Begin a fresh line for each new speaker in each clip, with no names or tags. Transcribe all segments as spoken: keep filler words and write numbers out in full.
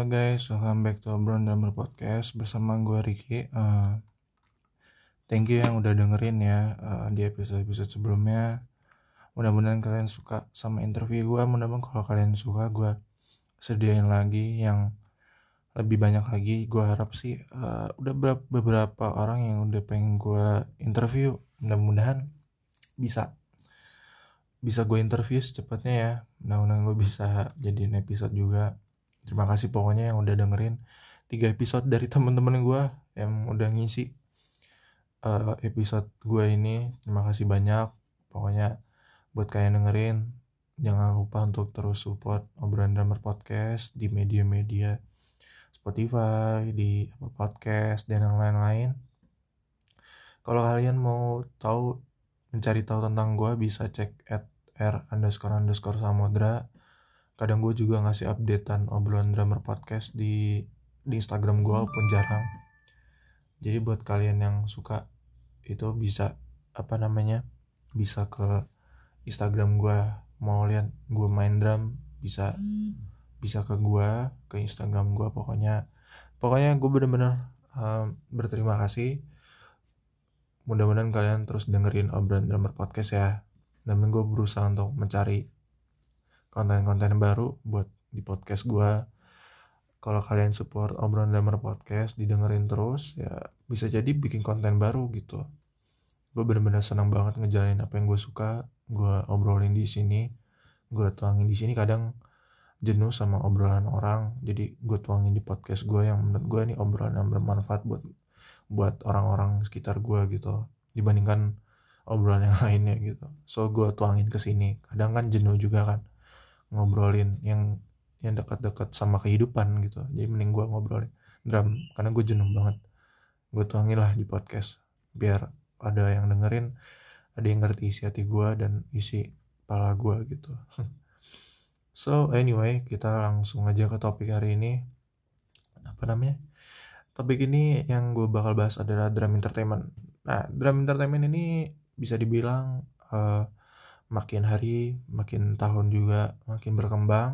guys, welcome back to Obrolan Drummer Podcast bersama gue Ricky. Uh, thank you yang udah dengerin ya uh, di episode-episode sebelumnya. Mudah-mudahan kalian suka sama interview gue. Mudah-mudahan kalau kalian suka, gue sediain lagi yang lebih banyak lagi. Gue harap sih uh, udah ber- beberapa orang yang udah pengen gue interview. Mudah-mudahan bisa bisa gue interview secepatnya ya. Mudah-mudahan gue bisa jadiin episode juga. Terima kasih pokoknya yang udah dengerin tiga episode dari temen-temen gue yang udah ngisi uh, episode gue ini. Terima kasih banyak. Pokoknya buat kalian dengerin, jangan lupa untuk terus support Obrolan Drummer Podcast di media-media Spotify, di Apple Podcast, dan yang lain-lain. Kalau kalian mau tahu, mencari tahu tentang gue, bisa cek at r underscore underscore samodra. Kadang gue juga ngasih updatean Obrolan Drummer Podcast di di Instagram gue walaupun jarang. Jadi buat kalian yang suka itu bisa apa namanya bisa ke Instagram gue, mau lihat gue main drum bisa bisa ke gue ke Instagram gue. Pokoknya pokoknya gue bener-bener um, berterima kasih. Mudah-mudahan kalian terus dengerin Obrolan Drummer Podcast ya. Dan gue berusaha untuk mencari konten-konten baru buat di podcast gue. Kalau kalian support Obrolan Drummer Podcast, didengerin terus, ya bisa jadi bikin konten baru gitu. Gue bener-bener senang banget ngejalanin apa yang gue suka. Gue obrolin di sini, gue tuangin di sini. Kadang jenuh sama obrolan orang, jadi gue tuangin di podcast gue yang menurut gue ini obrolan yang bermanfaat buat buat orang-orang sekitar gue gitu, dibandingkan obrolan yang lainnya gitu. So gue tuangin ke sini. Kadang kan jenuh juga kan ngobrolin yang yang dekat-dekat sama kehidupan gitu. Jadi mending gue ngobrolin drum karena gue jenuh banget. Gue tuangin lah di podcast biar ada yang dengerin, ada yang ngerti isi hati gue dan isi kepala gue gitu. So anyway, kita langsung aja ke topik hari ini. Apa namanya? Topik ini yang gue bakal bahas adalah drum entertainment. Nah, drum entertainment ini bisa dibilang uh, makin hari, makin tahun juga makin berkembang.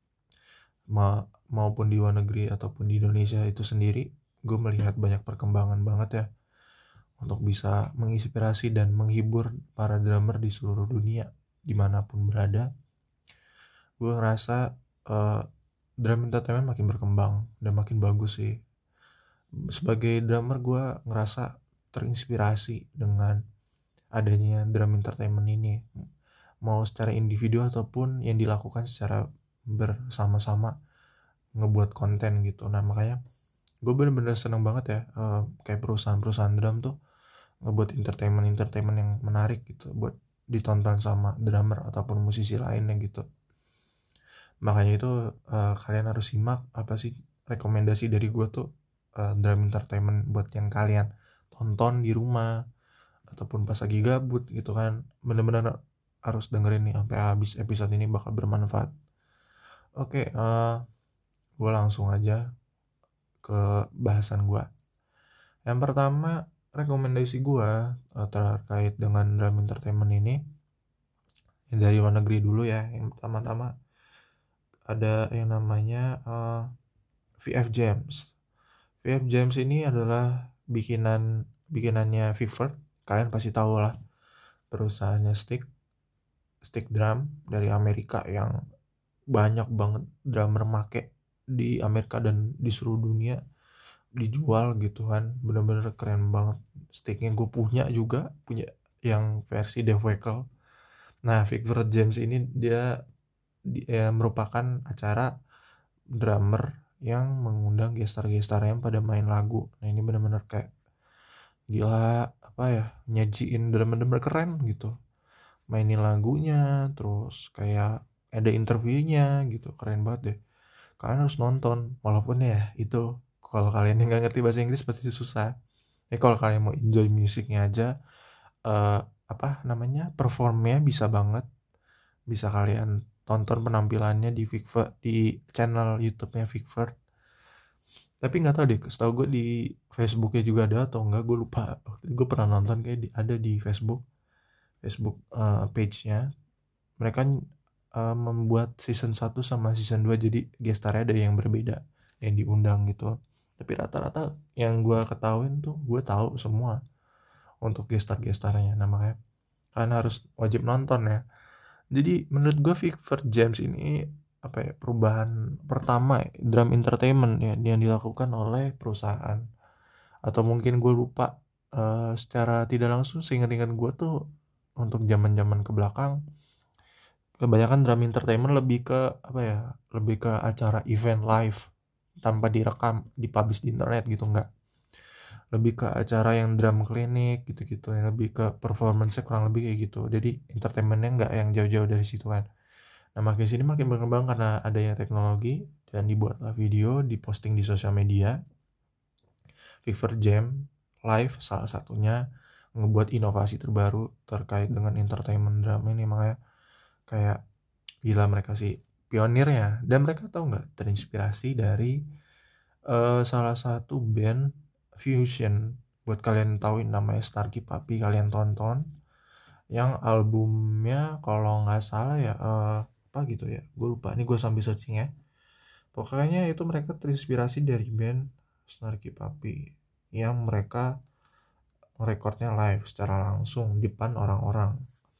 Ma- maupun di luar negeri ataupun di Indonesia itu sendiri, gue melihat banyak perkembangan banget ya untuk bisa menginspirasi dan menghibur para drummer di seluruh dunia dimanapun berada. Gue ngerasa uh, drum entertainment makin berkembang dan makin bagus sih. Sebagai drummer gue ngerasa terinspirasi dengan adanya drum entertainment ini, mau secara individu ataupun yang dilakukan secara bersama-sama ngebuat konten gitu. Nah makanya gue bener-bener seneng banget ya uh, kayak perusahaan-perusahaan drum tuh ngebuat entertainment-entertainment yang menarik gitu buat ditonton sama drummer ataupun musisi lainnya gitu. Makanya itu uh, kalian harus simak apa sih rekomendasi dari gue tuh uh, drum entertainment buat yang kalian tonton di rumah ataupun pas lagi gabut gitu kan. Bener-bener harus dengerin nih sampai habis episode ini, bakal bermanfaat. Oke, uh, gue langsung aja ke bahasan gue. Yang pertama, rekomendasi gue uh, terkait dengan drum entertainment ini yang dari luar negeri dulu ya. Yang pertama-tama ada yang namanya uh, V F James. V F James ini adalah bikinan bikinannya Vic Firth. Kalian pasti tahu lah, perusahaannya stick stick drum dari Amerika yang banyak banget drummer make di Amerika dan di seluruh dunia dijual gitu kan. Bener-bener keren banget sticknya. Gue punya juga, punya yang versi Dave Weckl. Nah, Vic Firth James ini dia, dia merupakan acara drummer yang mengundang gestar-gestar yang pada main lagu. Nah ini bener-bener kayak gila apa ya, nyajiin drummer-drummer keren gitu, mainin lagunya, terus kayak ada interviewnya gitu, keren banget deh. Kalian harus nonton, walaupun ya itu kalau kalian yang nggak ngerti bahasa Inggris pasti susah. Ya kalau kalian mau enjoy musiknya aja, uh, apa namanya performnya bisa banget, bisa kalian tonton penampilannya di Vic Firth, di channel YouTube-nya Vic Firth. Tapi nggak tahu deh, setahu gue di Facebooknya juga ada atau enggak, gue lupa. Gue pernah nonton kayak di, ada di Facebook Facebook uh, page-nya. Mereka uh, membuat season satu sama season dua, jadi gestarnya ada yang berbeda. yang diundang gitu. Tapi rata-rata yang gue ketahuin tuh gue tahu semua untuk gestar-gestarnya. Nah makanya kalian harus wajib nonton ya. Jadi menurut gue Victor James ini apa ya, perubahan pertama ya, drum entertainment ya yang dilakukan oleh perusahaan. Atau mungkin gue lupa uh, secara tidak langsung, seingat-ingat gue tuh untuk zaman-zaman ke belakang kebanyakan drum entertainment lebih ke apa ya, lebih ke acara event live tanpa direkam, dipublish di internet gitu, enggak. Lebih ke acara yang drum klinik gitu-gitu, yang lebih ke performance kurang lebih kayak gitu. Jadi entertainmentnya enggak yang jauh-jauh dari situ kan. Nah makin sini makin berkembang karena adanya teknologi dan dibuatlah video, diposting di sosial media. Fever Jam Live salah satunya ngebuat inovasi terbaru terkait dengan entertainment drum ini. Makanya kayak gila, mereka sih pionirnya. Dan mereka tahu nggak, terinspirasi dari uh, salah satu band fusion. Buat kalian tahu namanya Snarky Puppy, kalian tonton yang albumnya kalau nggak salah ya uh, apa gitu ya, gue lupa, ini gue sambil searching ya. Pokoknya itu mereka terinspirasi dari band Snarky Puppy yang mereka rekornya live secara langsung di depan orang-orang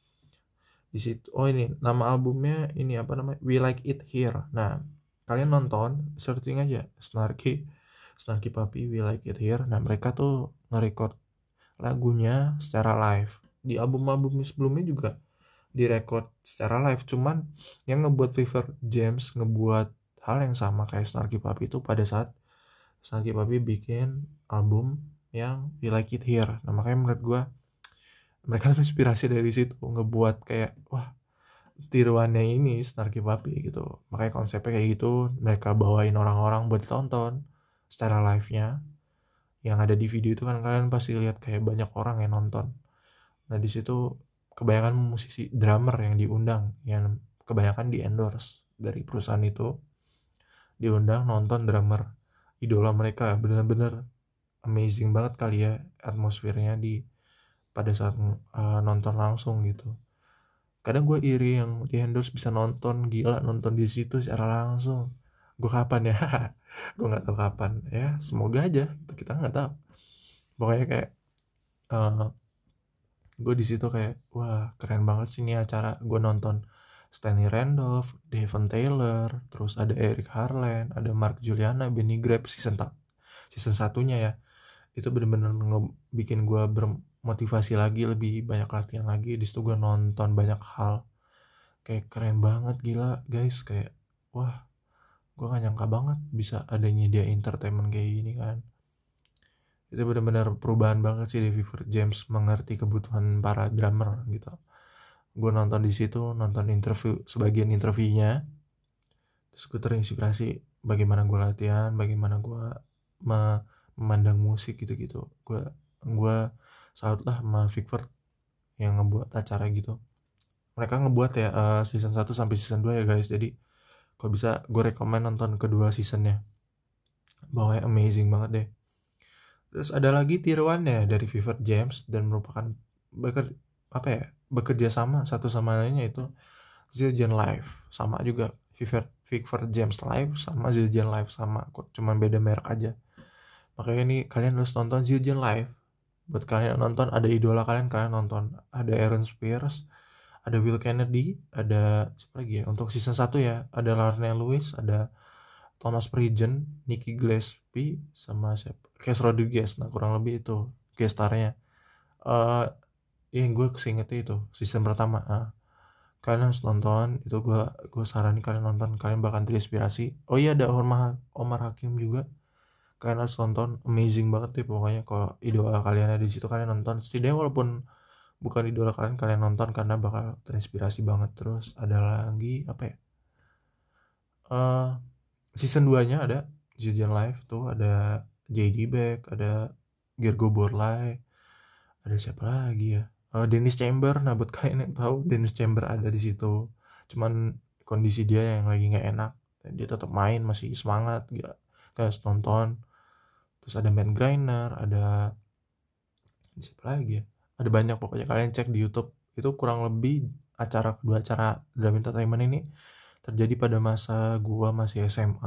di situ. Oh ini nama albumnya, ini apa namanya, We Like It Here. Nah kalian nonton, searching aja Snarky Snarky Puppy We Like It Here. Nah mereka tuh nge-record lagunya secara live. Di album-album sebelumnya juga direkord secara live, cuman yang ngebuat Fever James ngebuat hal yang sama kayak Snarky Puppy itu pada saat Snarky Puppy bikin album yang We Like It Here. Nah makanya menurut gue mereka terinspirasi dari situ, ngebuat kayak wah tiruannya ini Snarky Puppy gitu. Makanya konsepnya kayak gitu, mereka bawain orang-orang buat tonton secara live-nya. Yang ada di video itu kan kalian pasti lihat kayak banyak orang yang nonton. Nah di situ kebanyakan musisi drummer yang diundang, yang kebanyakan di endorse dari perusahaan itu, diundang nonton drummer idola mereka. Bener-bener amazing banget kali ya atmosfernya di pada saat uh, nonton langsung gitu. Kadang gue iri yang di endorse bisa nonton, gila nonton di situ secara langsung. Gue kapan ya? Gue nggak tahu kapan ya. Semoga aja gitu, kita nggak tahu. Pokoknya kayak uh, gue di situ kayak wah keren banget sih ini acara. Gue nonton Stanley Randolph, Devon Taylor, terus ada Eric Harland, ada Mark Juliana, Benny Greb season ta- season satunya ya. Itu bener-bener ngebikin gue bermotivasi lagi, lebih banyak latihan lagi. Di situ gue nonton banyak hal kayak keren banget, gila guys, kayak wah gue gak nyangka banget bisa adanya dia entertainment kayak gini kan. Itu benar-benar perubahan banget sih di Fever James mengerti kebutuhan para drummer gitu. Gue nonton di situ, nonton interview, sebagian interviewnya, terus gue terinspirasi bagaimana gue latihan, bagaimana gue me- memandang musik gitu-gitu. Gue gue salut lah sama Fever yang ngebuat acara gitu. Mereka ngebuat ya uh, season satu sampai season dua ya guys. Jadi kalau bisa gue rekomen nonton kedua seasonnya. Bahwa amazing banget deh. Terus ada lagi tiruannya dari Fever James dan merupakan beker, apa ya, bekerja sama satu sama lainnya, itu Zildjian Live. Sama juga Fever Fever James Live sama Zildjian Live sama kok, cuman beda merek aja. Makanya ini kalian harus nonton Zildjian Live. Buat kalian nonton, ada idola kalian, kalian nonton. Ada Aaron Spears, ada Will Kennedy, ada siapa lagi ya untuk season satu ya, ada Larnell Lewis, ada Thomas Pridgen, Nicky Gillespie, sama siapa, Kes Rodriguez. Nah kurang lebih itu gestarnya. Uh, yang gue kesingget itu season pertama. Uh, kalian harus nonton itu, gue gue saranin kalian nonton, kalian bakal terinspirasi. Oh iya ada Omar Omar Hakim juga, kalian harus nonton, amazing banget deh pokoknya. Kalau idola kalian ada di situ kalian nonton, setidaknya walaupun bukan idola kalian, kalian nonton karena bakal terinspirasi banget. Terus ada lagi apa ya, uh, season dua nya ada Zildjian Live tuh, ada J D Beck, ada Gergo Borlai, ada siapa lagi ya, uh, Dennis Chamber. Nah buat kalian yang tahu Dennis Chamber ada di situ, cuman kondisi dia yang lagi nggak enak, dia tetap main masih semangat, gila, guys nonton. Terus ada Matt Greiner, ada siapa lagi ya, ada banyak pokoknya, kalian cek di YouTube. Itu kurang lebih acara kedua acara drum entertainment ini terjadi pada masa gua masih S M A.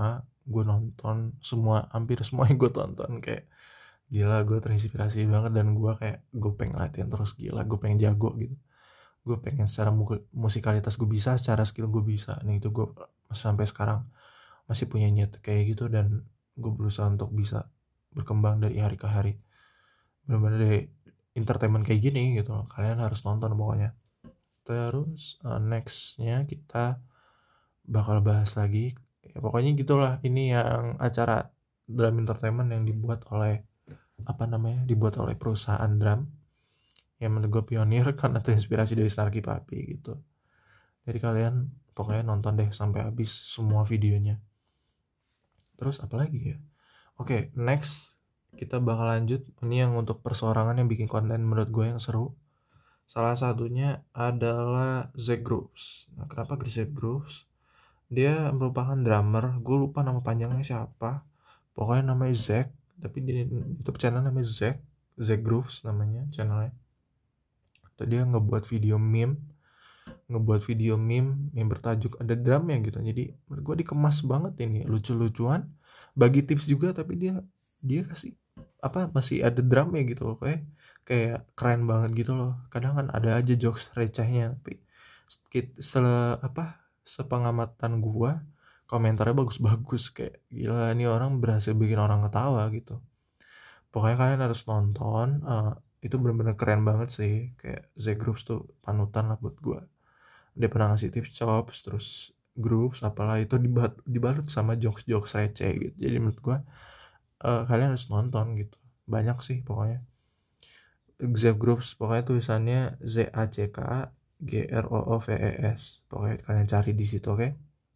gue nonton semua, hampir semua yang gue tonton. Kayak gila, gue terinspirasi banget, dan gue kayak gue pengen latihan terus. Gila, gue pengen jago gitu. Gue pengen secara musikalitas gue bisa, secara skill gue bisa. Nih itu gue sampai sekarang masih punya niat kayak gitu, dan gue berusaha untuk bisa berkembang dari hari ke hari. Benar-benar dari entertainment kayak gini gitu loh. Kalian harus nonton pokoknya. Terus uh, nextnya kita bakal bahas lagi. Ya, pokoknya gitulah. Ini yang acara drum entertainment yang dibuat oleh apa namanya? Dibuat oleh perusahaan drum yang menurut gue pionir karena terinspirasi dari Snarky Puppy gitu. Jadi kalian pokoknya nonton deh sampai habis semua videonya. Terus apa lagi ya? Oke, next kita bakal lanjut. Ini yang untuk perseorangan yang bikin konten menurut gue yang seru. Salah satunya adalah Zack Grooves. Nah, kenapa Zack Grooves? Dia merupakan drummer. Gue lupa nama panjangnya siapa. Pokoknya namanya Zack. Tapi di YouTube channel namanya Zack. Zack Grooves namanya channelnya. Tadi dia ngebuat video meme. Ngebuat video meme yang bertajuk ada drumnya gitu. Jadi menurut gue dikemas banget ini. Lucu-lucuan. Bagi tips juga, tapi dia dia kasih apa masih ada drumnya gitu. Kayak kayak keren banget gitu loh. Kadang kan ada aja jokes recehnya, tapi setelah apa sepengamatan gua komentarnya bagus-bagus. Kayak gila, ini orang berhasil bikin orang ketawa gitu. Pokoknya kalian harus nonton. Uh, itu bener-bener keren banget sih. Kayak Zack Grooves tuh panutan lah buat gua. Dia pernah ngasih tips chops, terus Grooves apalah itu dibalut, dibalut sama jokes-jokes receh gitu. Jadi menurut gua uh, kalian harus nonton gitu. Banyak sih pokoknya. Zack Grooves, pokoknya tulisannya Z A C K G R O O V E S. Pokoknya kalian cari di situ, oke? Okay?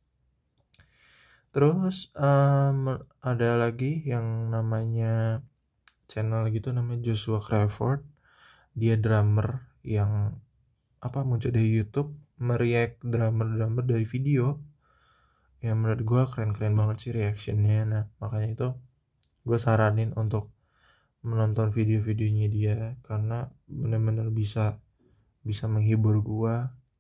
Terus um, ada lagi yang namanya channel gitu namanya Joshua Crawford. Dia drummer yang apa muncul dari YouTube, mereact drummer-drummer dari video. Yang menurut gue keren-keren banget sih reactionnya. Nah makanya itu gue saranin untuk menonton video-videonya dia, karena benar-benar bisa bisa menghibur gue,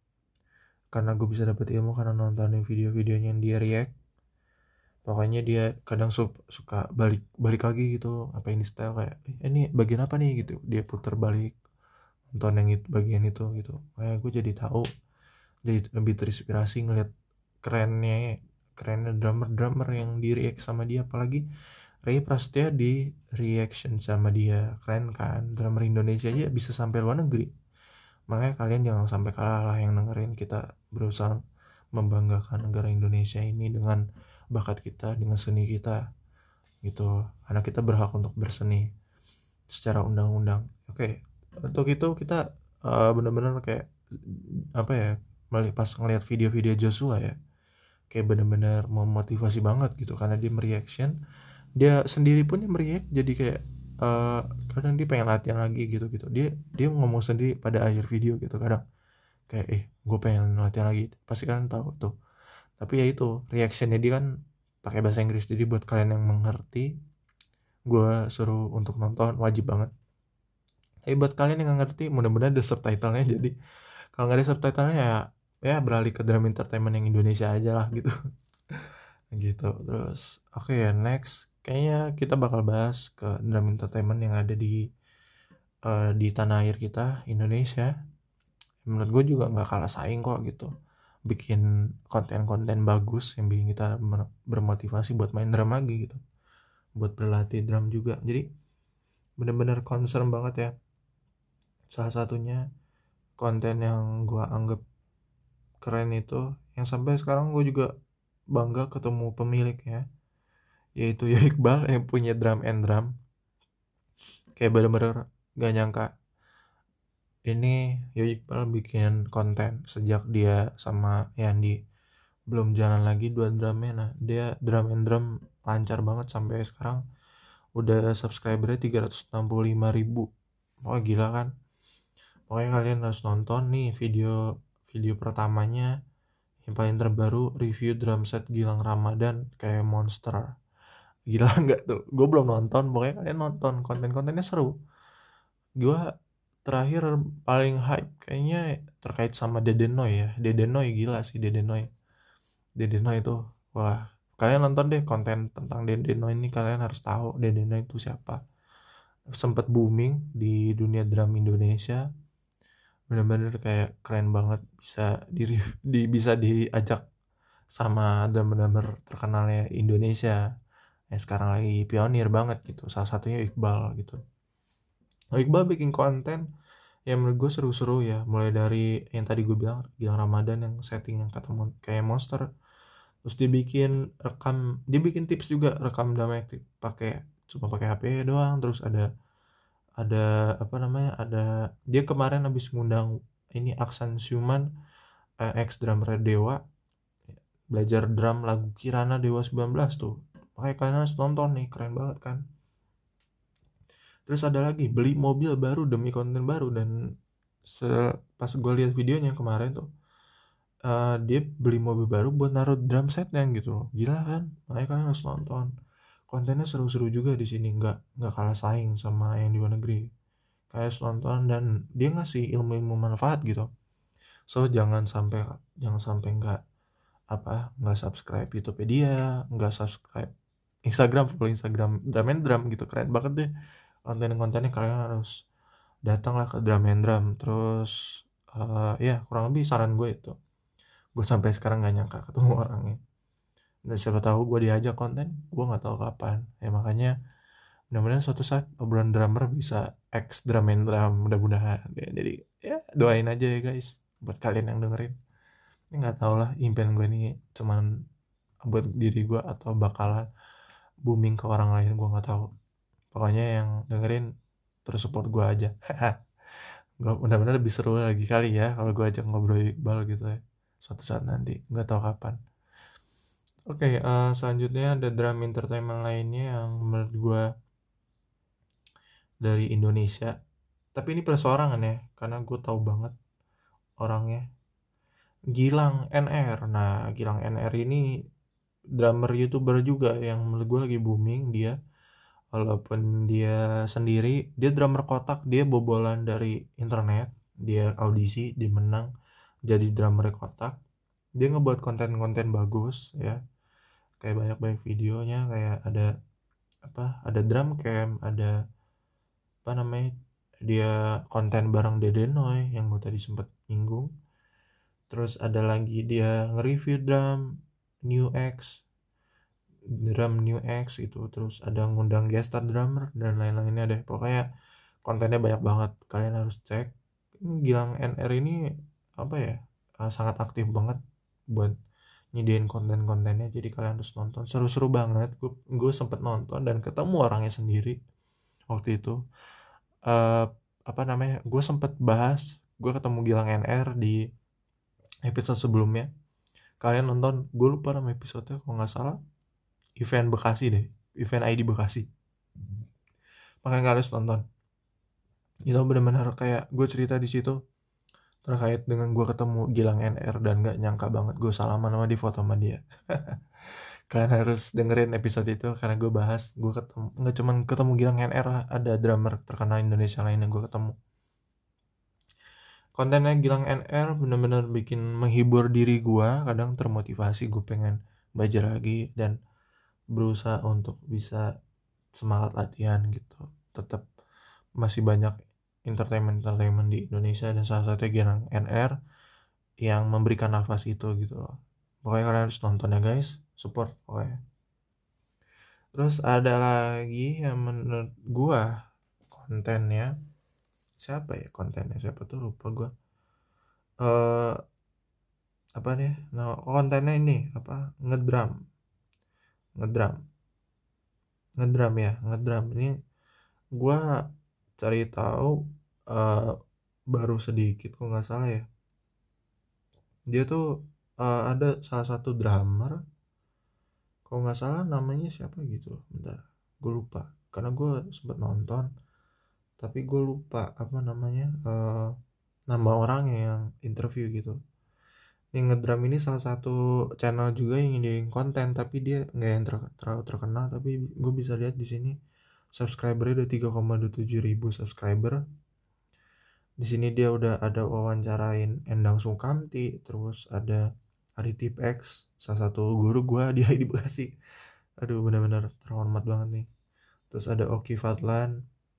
karena gue bisa dapet ilmu karena nontonin video-videonya yang dia react. Pokoknya dia kadang su- suka balik balik lagi gitu, apa yang di style kayak eh, ini bagian apa nih gitu, dia putar balik nonton yang itu bagian itu gitu. Kayak gue jadi tahu, jadi lebih terinspirasi ngeliat kerennya kerennya drummer-drummer yang di react sama dia. Apalagi Ray Prasetya di reaction sama dia, keren kan. Drummer Indonesia aja bisa sampai luar negeri. Makanya kalian jangan sampai kalah lah yang dengerin. Kita berusaha membanggakan negara Indonesia ini dengan bakat kita, dengan seni kita gitu. Karena kita berhak untuk berseni secara undang-undang. Oke, untuk itu kita uh, benar-benar kayak apa ya, pas ngeliat video-video Joshua ya, kayak benar-benar memotivasi banget gitu, karena dia mereaction, dia sendiri pun yang mereact, jadi kayak uh, kadang dia pengen latihan lagi gitu gitu. Dia dia ngomong sendiri pada akhir video gitu kadang kayak eh gue pengen latihan lagi, pasti kalian tahu tuh. Tapi ya itu reactionnya dia kan pakai bahasa Inggris, jadi buat kalian yang mengerti gue suruh untuk nonton, wajib banget. Tapi buat kalian yang nggak ngerti, mudah-mudahan ada subtitlenya. Jadi kalau nggak ada subtitlenya ya ya beralih ke drama entertainment yang Indonesia aja lah gitu. Gitu. Terus oke okay ya, next kayaknya kita bakal bahas ke drama entertainment yang ada di uh, di tanah air kita Indonesia. Menurut gue juga nggak kalah saing kok gitu, bikin konten-konten bagus yang bikin kita bermotivasi buat main drum lagi gitu, buat berlatih drum juga. Jadi bener-bener concern banget ya. Salah satunya konten yang gue anggap keren itu, yang sampai sekarang gue juga bangga ketemu pemiliknya, yaitu ya Iqbal yang punya Drum and Drum. Kayak bener-bener gak nyangka ini ya Iqbal bikin konten sejak dia sama Yandi belum jalan lagi dua drumnya. Nah dia Drum and Drum lancar banget sampai sekarang udah subscribernya tiga ratus enam puluh lima ribu. Oh gila kan. Pokoknya kalian harus nonton nih video video pertamanya yang paling terbaru, review drum set Gilang Ramadan kayak monster. Gila nggak tuh? Gue belum nonton, pokoknya kalian nonton, konten-kontennya seru. Gue terakhir paling hype kayaknya terkait sama Dedenoy ya. Dedenoy gila sih Dedenoy. Dedenoy itu wah Kalian nonton deh konten tentang Dendeno ini, kalian harus tahu Dendeno itu siapa. Sempet booming di dunia drum Indonesia, bener-bener kayak keren banget, bisa di, di bisa diajak sama drummer-drummer terkenalnya Indonesia yang sekarang lagi pionir banget gitu. Salah satunya Iqbal gitu. Nah, Iqbal bikin konten yang menurut gue seru-seru ya, mulai dari yang tadi gue bilang Gilang Ramadan yang setting yang kata mon- kayak monster. Terus dia bikin rekam, dia bikin tips juga rekam dramatic pakai cuma pakai H P doang. Terus ada ada apa namanya, ada dia kemarin habis ngundang ini Aksan Syuman, eh, ex drummer Dewa, belajar drum lagu Kirana Dewa sembilan belas tuh. Makanya kalian harus nonton nih, keren banget kan. Terus ada lagi beli mobil baru demi konten baru, dan se pas gue lihat videonya kemarin tuh, uh, dia beli mobil baru buat naruh drum setnya gitu loh. Gila kan? Makanya kalian harus nonton. Kontennya seru-seru juga di sini, nggak nggak kalah saing sama yang di luar negeri. Kalian harus nonton, dan dia ngasih ilmu-ilmu manfaat gitu. So jangan sampai jangan sampai nggak apa nggak subscribe YouTube dia, nggak subscribe Instagram, follow Instagram Drum and Drum gitu, keren banget deh konten-kontennya. Kalian harus datanglah ke Drum and Drum. Terus uh, ya kurang lebih saran gue itu. Gue sampai sekarang nggak nyangka ketemu orangnya, dan siapa tahu gue diajak konten, gue nggak tahu kapan ya. Makanya mudah-mudahan suatu saat obrolan drummer bisa X Drum and Drum, mudah-mudahan ya. Jadi ya doain aja ya guys buat kalian yang dengerin. Ini nggak tau lah impian gue ini cuman buat diri gue atau bakalan booming ke orang lain, gue nggak tahu. Pokoknya yang dengerin terus support gue aja. Gue benar-benar lebih seru lagi kali ya kalau gue ajak ngobrol Iqbal gitu ya suatu saat nanti, nggak tahu kapan. Oke, okay, uh, selanjutnya ada drum entertainment lainnya yang menurut gue dari Indonesia, tapi ini perseorangan ya karena gue tahu banget orangnya, Gilang N R. Nah, Gilang N R ini drummer YouTuber juga yang menurut gue lagi booming. Dia walaupun dia sendiri, dia drummer kotak, dia bobolan dari internet, dia audisi, dia menang jadi drummer kotak. Dia ngebuat konten-konten bagus ya, kayak banyak-banyak videonya, kayak ada apa ada drum camp, ada apa namanya, dia konten bareng Dedenoy yang gue tadi sempet nyinggung. Terus ada lagi dia nge-review drum New X, drum New X itu. Terus ada ngundang guest star drummer dan lain-lainnya deh. Pokoknya kontennya banyak banget, kalian harus cek. Ini Gilang N R ini apa ya, sangat aktif banget buat nyediain konten-kontennya, jadi kalian harus nonton, seru-seru banget. Gue gue sempet nonton dan ketemu orangnya sendiri waktu itu. Uh, apa namanya, gue sempet bahas, gue ketemu Gilang N R di episode sebelumnya. Kalian nonton, gue lupa nama episode-nya, kalau nggak salah event Bekasi deh, event I D Bekasi. Makanya kalian harus nonton. Itu benar-benar kayak gue cerita di situ terkait dengan gue ketemu Gilang N R dan nggak nyangka banget gue salaman sama di foto sama dia. Kalian harus dengerin episode itu karena gue bahas, gue ketemu nggak cuman ketemu Gilang N R, ada drummer terkenal Indonesia lain yang gue ketemu. Kontennya Gilang N R benar-benar bikin menghibur diri gue, kadang termotivasi, gue pengen belajar lagi dan berusaha untuk bisa semangat latihan gitu. Tetap masih banyak entertainment-entertainment di Indonesia, dan salah satunya Gilang N R yang memberikan nafas itu gitu loh. Pokoknya kalian harus nonton ya guys, support pokoknya. Terus ada lagi yang menurut gue kontennya, siapa ya kontennya, siapa tuh lupa gue. Uh, apa nih, nah kontennya ini apa, ngedrum ngedrum ngedrum ya ngedrum ini gue cari tahu uh, baru sedikit kok nggak salah ya. Dia tuh uh, ada salah satu drummer, kalau nggak salah namanya siapa gitu, bentar gue lupa karena gue sempet nonton tapi gue lupa apa namanya, uh, nama orangnya yang interview gitu. Yang ngedrum ini salah satu channel juga yang nyediain konten, tapi dia nggak yang ter- terlalu terkenal, tapi gue bisa lihat di sini subscribernya udah tiga koma dua tujuh ribu subscriber. Di sini dia udah ada wawancarain Endang Sukamti, terus ada Aditip X, salah satu guru gue, dia di Bekasi. Aduh benar-benar terhormat banget nih. Terus ada Oki Fadlan.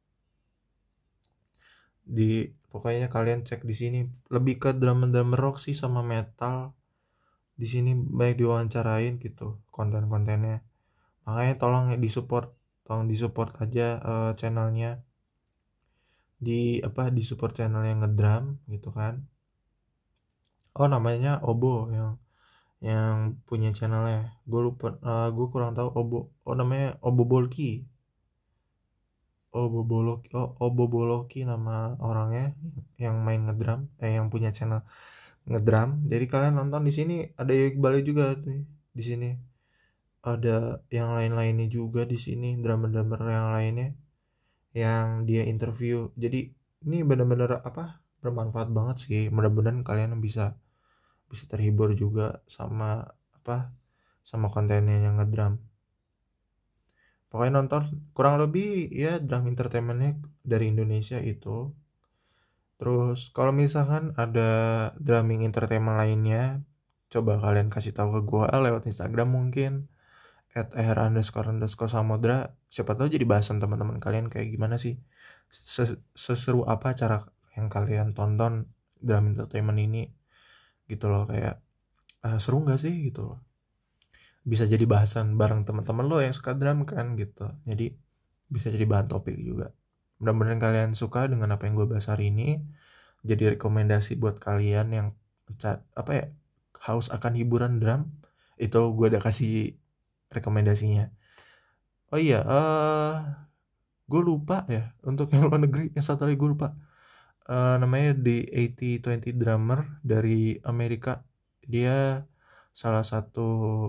Di pokoknya kalian cek di sini, lebih ke drama-drama rock sih sama metal. Di sini banyak diwawancarain gitu konten-kontennya. Makanya tolong ya disupport, tolong disupport aja uh, channelnya. Di apa di support channel yang ngedram gitu kan. Oh namanya Obo yang yang punya channelnya. Gue lupa, uh, gue kurang tahu Obo. Oh namanya Obo Bolki. Obo Boloki, oh Obo Boloki nama orangnya yang main ngedram, eh yang punya channel ngedram. Jadi kalian nonton di sini ada Iqbal juga tuh di sini. Ada yang lain-lainnya juga di sini, drama-drama yang lainnya yang dia interview. Jadi ini benar-benar apa? Bermanfaat banget sih. Mudah-mudahan kalian bisa bisa terhibur juga sama apa? Sama kontennya yang ngedram. Pokoknya nonton kurang lebih ya drum entertainmentnya dari Indonesia itu. Terus kalau misalkan ada drumming entertainment lainnya, coba kalian kasih tahu ke gua lewat Instagram mungkin at er underscore underscore samudra. Siapa tahu jadi bahasan teman-teman kalian kayak gimana sih, seseru apa cara yang kalian tonton drum entertainment ini gitu loh, kayak uh, seru nggak sih gitu loh. Bisa jadi bahasan bareng teman-teman lo yang suka drum kan gitu. Jadi bisa jadi bahan topik juga. Mudah-mudahan kalian suka dengan apa yang gue bahas hari ini. Jadi rekomendasi buat kalian yang apa ya, haus akan hiburan drum, itu gue udah kasih rekomendasinya. Oh iya, uh, gue lupa ya untuk yang luar negeri, yang satu lagi gue lupa. Uh, namanya The eighty twenty Drummer dari Amerika. Dia salah satu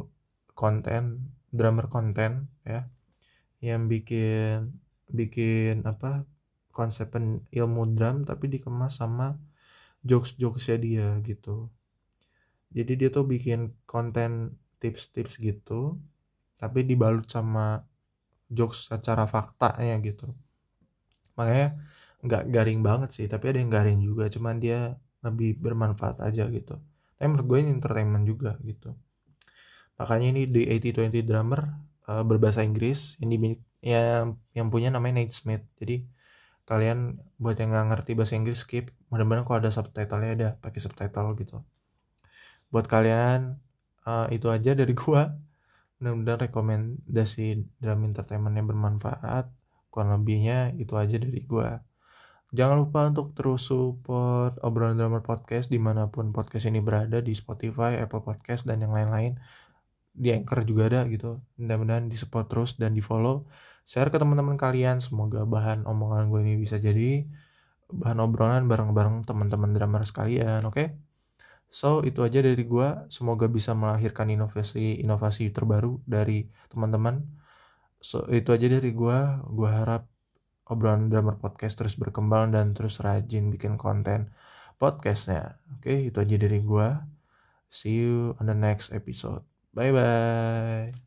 konten, drummer konten ya, yang bikin bikin apa konsep ilmu drum tapi dikemas sama jokes-jokesnya dia gitu. Jadi dia tuh bikin konten tips-tips gitu tapi dibalut sama jokes secara faktanya gitu. Makanya nggak garing banget sih, tapi ada yang garing juga, cuman dia lebih bermanfaat aja gitu. Tapi menurut gue ini entertainment juga gitu. Makanya ini The eighty twenty Drummer uh, berbahasa Inggris, ini yang yang punya namanya Nate Smith. Jadi kalian buat yang nggak ngerti bahasa Inggris skip, mudah-mudahan kalau ada subtitlenya ada pakai subtitle gitu. Buat kalian uh, itu aja dari gua. Mudah-mudahan rekomendasi drum entertainment yang bermanfaat. Kurang lebihnya itu aja dari gua. Jangan lupa untuk terus support Obrolan Drummer Podcast dimanapun podcast ini berada, di Spotify, Apple Podcast, dan yang lain-lain. Di Anchor juga ada gitu. Mudah-mudahan di support terus dan di follow. Share ke teman-teman kalian. Semoga bahan omongan gue ini bisa jadi bahan obrolan bareng-bareng teman-teman drummer sekalian. Oke okay? So itu aja dari gue. Semoga bisa melahirkan inovasi-inovasi terbaru dari teman-teman. So itu aja dari gue. Gue harap Obrolan Drummer Podcast terus berkembang dan terus rajin bikin konten podcastnya. Oke okay? Itu aja dari gue. See you on the next episode. Bye bye.